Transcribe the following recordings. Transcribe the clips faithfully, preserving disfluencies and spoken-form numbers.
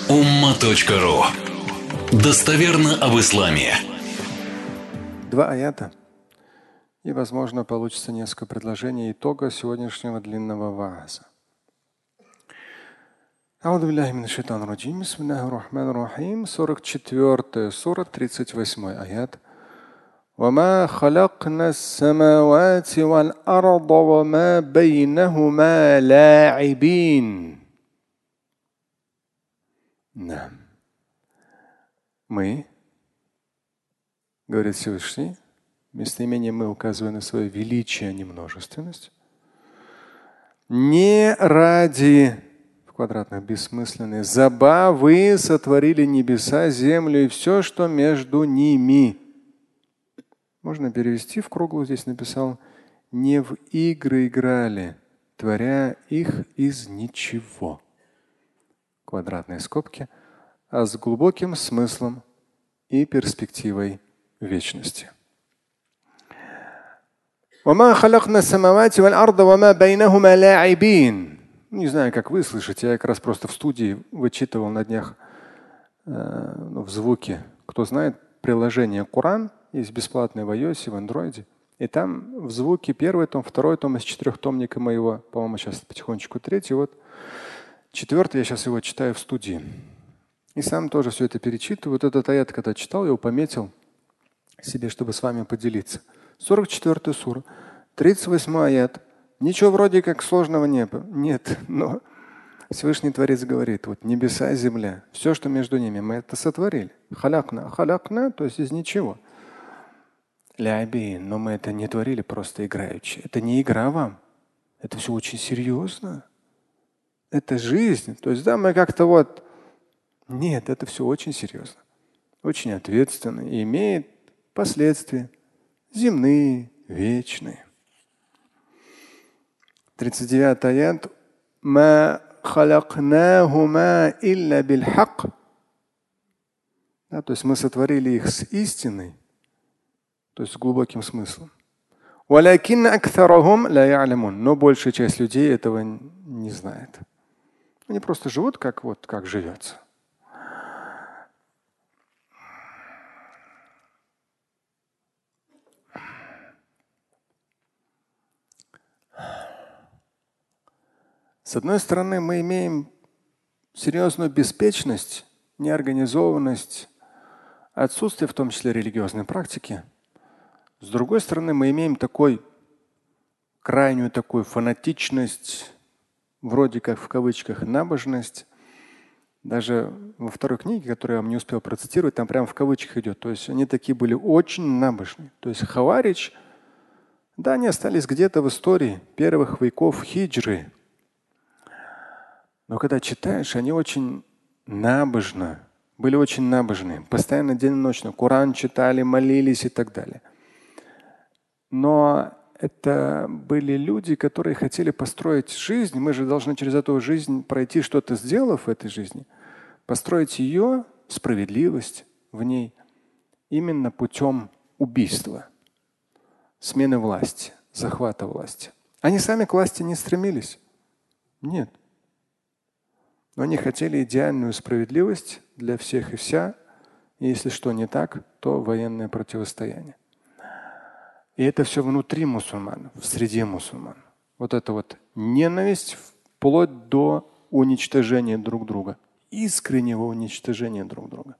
умма.ру. Достоверно об исламе. Два аята. И, возможно, получится несколько предложений итога сегодняшнего длинного вааза. Аузу биллахи минаш шайтанир раджим. Бисмиллахир рахманир рахим. сорок четвёртая сура, тридцать восьмой аят. وما خلقنا السماوات والأرض وما بينهما لاعبين. Да. Мы, говорит Всевышний, местоимение мы указывая на свое величие, а не множественность, не ради в квадратных бессмысленной забавы сотворили небеса, землю и все, что между ними. Можно перевести в круглую, здесь написал, не в игры играли, творя их из ничего. Квадратные скобки, а с глубоким смыслом и перспективой вечности. Не знаю, как вы слышите, я как раз просто в студии вычитывал на днях э, ну, в звуке. Кто знает, приложение Коран есть бесплатное в iOS, в Android. И там в звуке первый том, второй том из четырехтомника моего, по-моему, сейчас потихонечку третий. Вот четвертый я сейчас его читаю в студии. И сам тоже все это перечитываю. Вот этот аят, когда читал, я его пометил себе, чтобы с вами поделиться. сорок четвёртая сура, тридцать восьмой аят. Ничего вроде как сложного неба. Нет, но Всевышний Творец говорит, вот небеса, земля, все, что между ними, мы это сотворили. Халякна, халякна, то есть из ничего. Ляби, но мы это не творили просто играючи. Это не игра вам. Это все очень серьезно. Это жизнь. То есть, да, мы как-то вот… Нет, это все очень серьезно. Очень ответственно и имеет последствия земные, вечные. тридцать девятый аят. Ма халакнахума илля бильхак. Да, то есть мы сотворили их с истиной, то есть с глубоким смыслом. Валякин акthарахум ла я'ламун. Но большая часть людей этого не знает. Они просто живут, как вот как живется. С одной стороны, мы имеем серьезную беспечность, неорганизованность, отсутствие в том числе религиозной практики. С другой стороны, мы имеем такой, крайнюю такую фанатичность, вроде как в кавычках набожность. Даже во второй книге, которую я вам не успел процитировать, там прямо в кавычках идет. То есть они такие были очень набожные. То есть хаваридж, да, они остались где-то в истории первых веков хиджры. Но когда читаешь, они очень набожно, были очень набожны, постоянно день и ночь, Коран читали, молились и так далее. Но это были люди, которые хотели построить жизнь. Мы же должны через эту жизнь пройти что-то, сделав в этой жизни, построить ее, справедливость в ней, именно путем убийства, смены власти, захвата власти. Они сами к власти не стремились. Нет. Но они хотели идеальную справедливость для всех и вся. И если что не так, то военное противостояние. И это все внутри мусульман, в среде мусульман. Вот это вот ненависть вплоть до уничтожения друг друга. Искреннего уничтожения друг друга.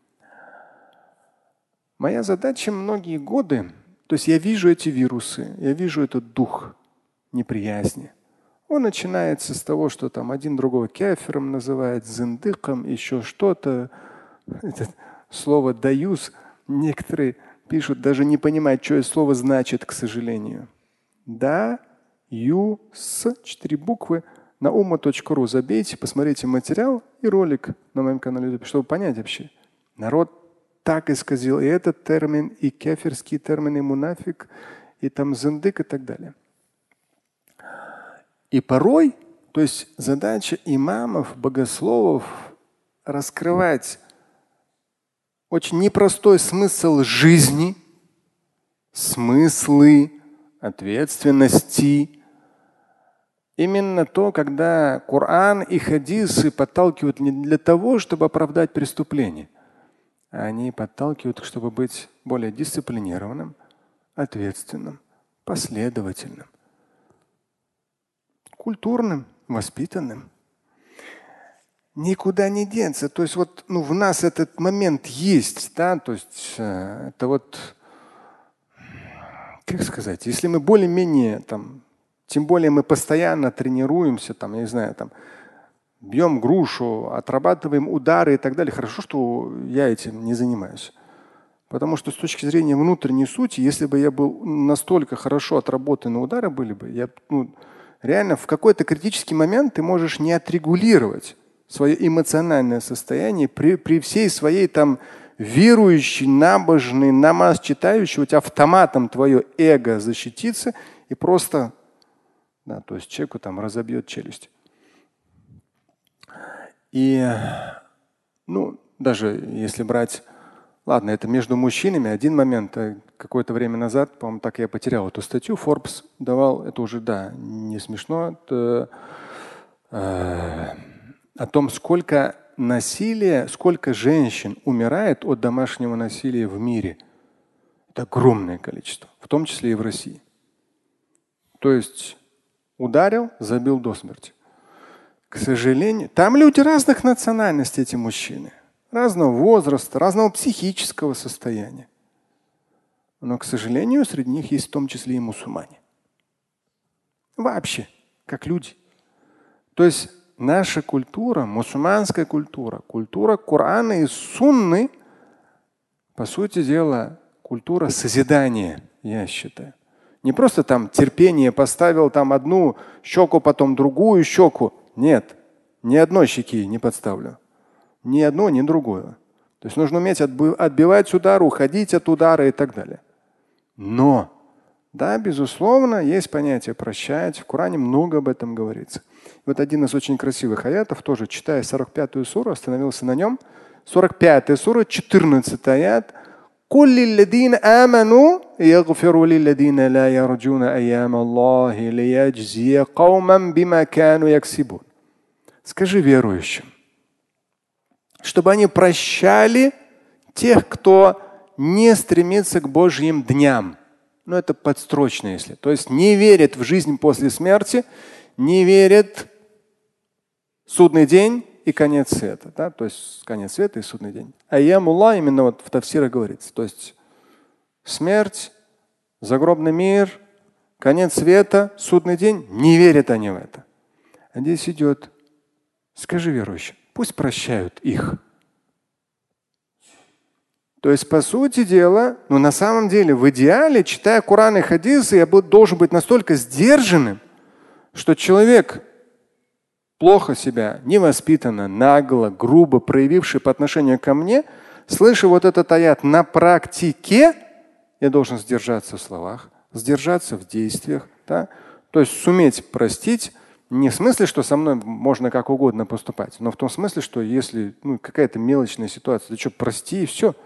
Моя задача многие годы, то есть я вижу эти вирусы, я вижу этот дух неприязни. Он начинается с того, что там один другого кафиром называет, зиндыком, еще что-то. Это слово даюс некоторые пишут, даже не понимают, что это слово значит, к сожалению. Да, ю, с, четыре буквы. На умма точка ру забейте, посмотрите материал и ролик на моем канале, чтобы понять вообще. Народ так исказил и этот термин, и кафирский термин, и мунафик, и там зиндык и так далее. И порой, то есть задача имамов, богословов раскрывать очень непростой смысл жизни, смыслы, ответственности, именно то, когда Коран и хадисы подталкивают не для того, чтобы оправдать преступление, а они подталкивают, чтобы быть более дисциплинированным, ответственным, последовательным, культурным, воспитанным. Никуда не деться. То есть вот ну, в нас этот момент есть, да, то есть э, это вот, как сказать, если мы более-менее там, тем более мы постоянно тренируемся, там, я не знаю, там, бьем грушу, отрабатываем удары и так далее. Хорошо, что я этим не занимаюсь. Потому что с точки зрения внутренней сути, если бы я был настолько хорошо отработаны удары были бы, я ну, реально в какой-то критический момент ты можешь не отрегулировать свое эмоциональное состояние при, при всей своей там верующей, набожной, намаз читающей, у тебя автоматом твое эго защитится и просто, да, то есть человеку там разобьет челюсть. И, ну, даже если брать, ладно, это между мужчинами, один момент, какое-то время назад, по-моему, так я потерял эту статью, Forbes давал, это уже, да, не смешно, это, э, о том, сколько насилия, сколько женщин умирает от домашнего насилия в мире. Это огромное количество, в том числе и в России. То есть ударил, забил до смерти. К сожалению, там люди разных национальностей, эти мужчины, разного возраста, разного психического состояния. Но, к сожалению, среди них есть в том числе и мусульмане. Вообще, как люди. То есть наша культура, мусульманская культура, культура Корана и Сунны, по сути дела, культура созидания, я считаю. Не просто там терпение поставил там одну щеку, потом другую щеку. Нет, ни одной щеки не подставлю. Ни одно, ни другое. То есть нужно уметь отбивать удар, уходить от удара и так далее. Но, да, безусловно, есть понятие прощать. В Коране много об этом говорится. Вот один из очень красивых аятов, тоже читая сорок пятую суру, остановился на нем. сорок пятая сура, четырнадцатый аят. قل للذين آمنوا يغفروا للذين لا يرجون أيام الله ليجزي قوما بما كانوا يكسبون. Скажи верующим, чтобы они прощали тех, кто не стремится к Божьим дням. Ну, это подстрочно, если. То есть не верит в жизнь после смерти, не верит в судный день и конец света. Да? То есть конец света и судный день. Айям Аллах именно вот в тафсире говорится. То есть смерть, загробный мир, конец света, судный день. Не верят они в это. А здесь идет. Скажи верующим, пусть прощают их. То есть, по сути дела, ну на самом деле, в идеале, читая Коран и хадисы, я должен быть настолько сдержанным, что человек, плохо себя, невоспитанно, нагло, грубо проявивший по отношению ко мне, слыша вот этот аят на практике, я должен сдержаться в словах, сдержаться в действиях. Да? То есть суметь простить. Не в смысле, что со мной можно как угодно поступать, но в том смысле, что если ну, какая-то мелочная ситуация, ты что, прости и все.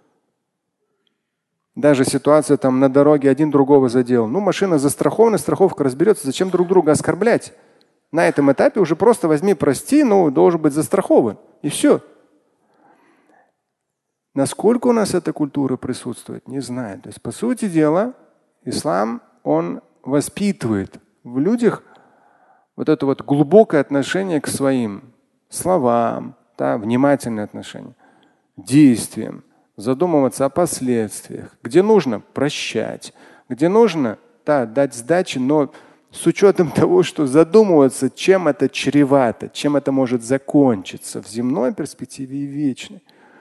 Даже ситуация там на дороге один другого задел. Ну, машина застрахована, страховка разберется. Зачем друг друга оскорблять? На этом этапе уже просто возьми, прости, ну, должен быть застрахован. И все. Насколько у нас эта культура присутствует, не знаю. То есть, по сути дела, ислам, он воспитывает в людях вот это вот глубокое отношение к своим словам, да, внимательное отношение, действиям, задумываться о последствиях, где нужно прощать, где нужно да, дать сдачи, но с учетом того, что задумываться, чем это чревато, чем это может закончиться в земной перспективе и вечной.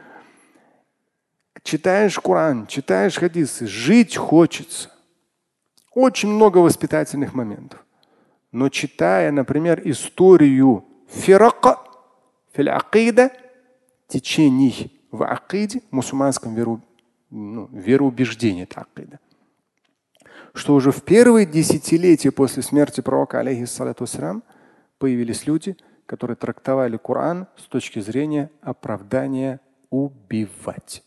Читаешь Коран, читаешь хадисы, жить хочется. Очень много воспитательных моментов. Но читая, например, историю фирака, фил-акида, течений в акиде, мусульманском веру, ну, вероубеждении, это акида, что уже в первые десятилетия после смерти пророка, алейхиссалату вассалям, появились люди, которые трактовали Коран с точки зрения оправдания убивать.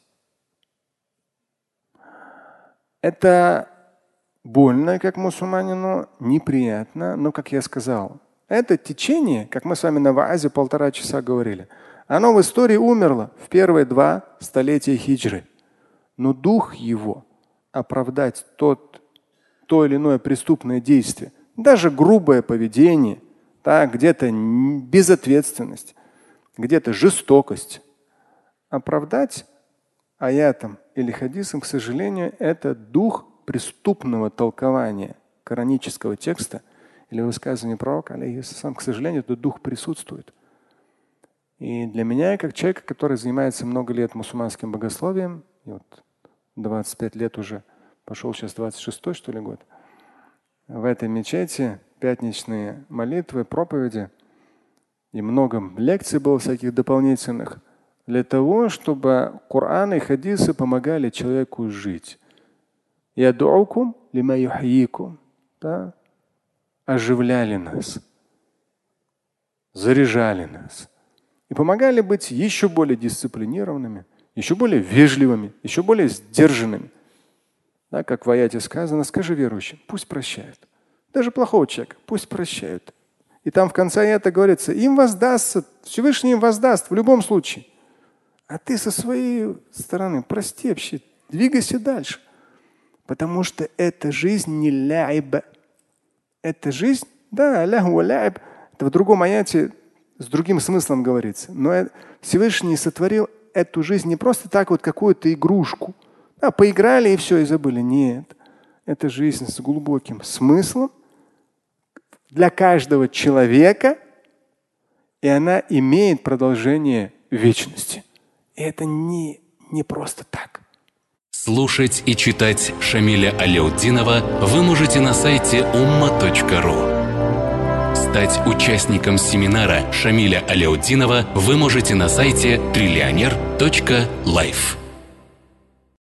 Это больно, как мусульманину, неприятно, но, как я сказал, Это течение, как мы с вами на ваазе полтора часа говорили, оно в истории умерло в первые два столетия хиджры. Но дух его оправдать тот, то или иное преступное действие, даже грубое поведение, да, где-то безответственность, где-то жестокость, оправдать аятом или хадисом, к сожалению, это дух преступного толкования коранического текста или высказывания пророка, алейхиссалам, к сожалению, этот дух присутствует. И для меня, как человека, который занимается много лет мусульманским богословием, и вот двадцать пять лет уже, пошел сейчас двадцать шестой, что ли, год, в этой мечети пятничные молитвы, проповеди и много лекций было всяких дополнительных для того, чтобы Коран и хадисы помогали человеку жить. Ядуукум лима юхйикум, да, оживляли нас, заряжали нас и помогали быть еще более дисциплинированными, еще более вежливыми, еще более сдержанными. Да, как в аяте сказано, скажи верующим, пусть прощают. Даже плохого человека, пусть прощают. И там в конце аята говорится, им воздастся, Всевышний им воздаст в любом случае. А ты со своей стороны прости вообще, двигайся дальше. Потому что эта жизнь не ляйба. Эта жизнь, да, ляху ляйб. Это в другом аяте с другим смыслом говорится. Но Всевышний сотворил эту жизнь не просто так вот какую-то игрушку. Да, поиграли и все, и забыли. Нет. Это жизнь с глубоким смыслом для каждого человека, и она имеет продолжение вечности. И это не, не просто так. Слушать и читать Шамиля Аляутдинова вы можете на сайте умма точка ру. Стать участником семинара Шамиля Аляутдинова вы можете на сайте триллионер точка лайф.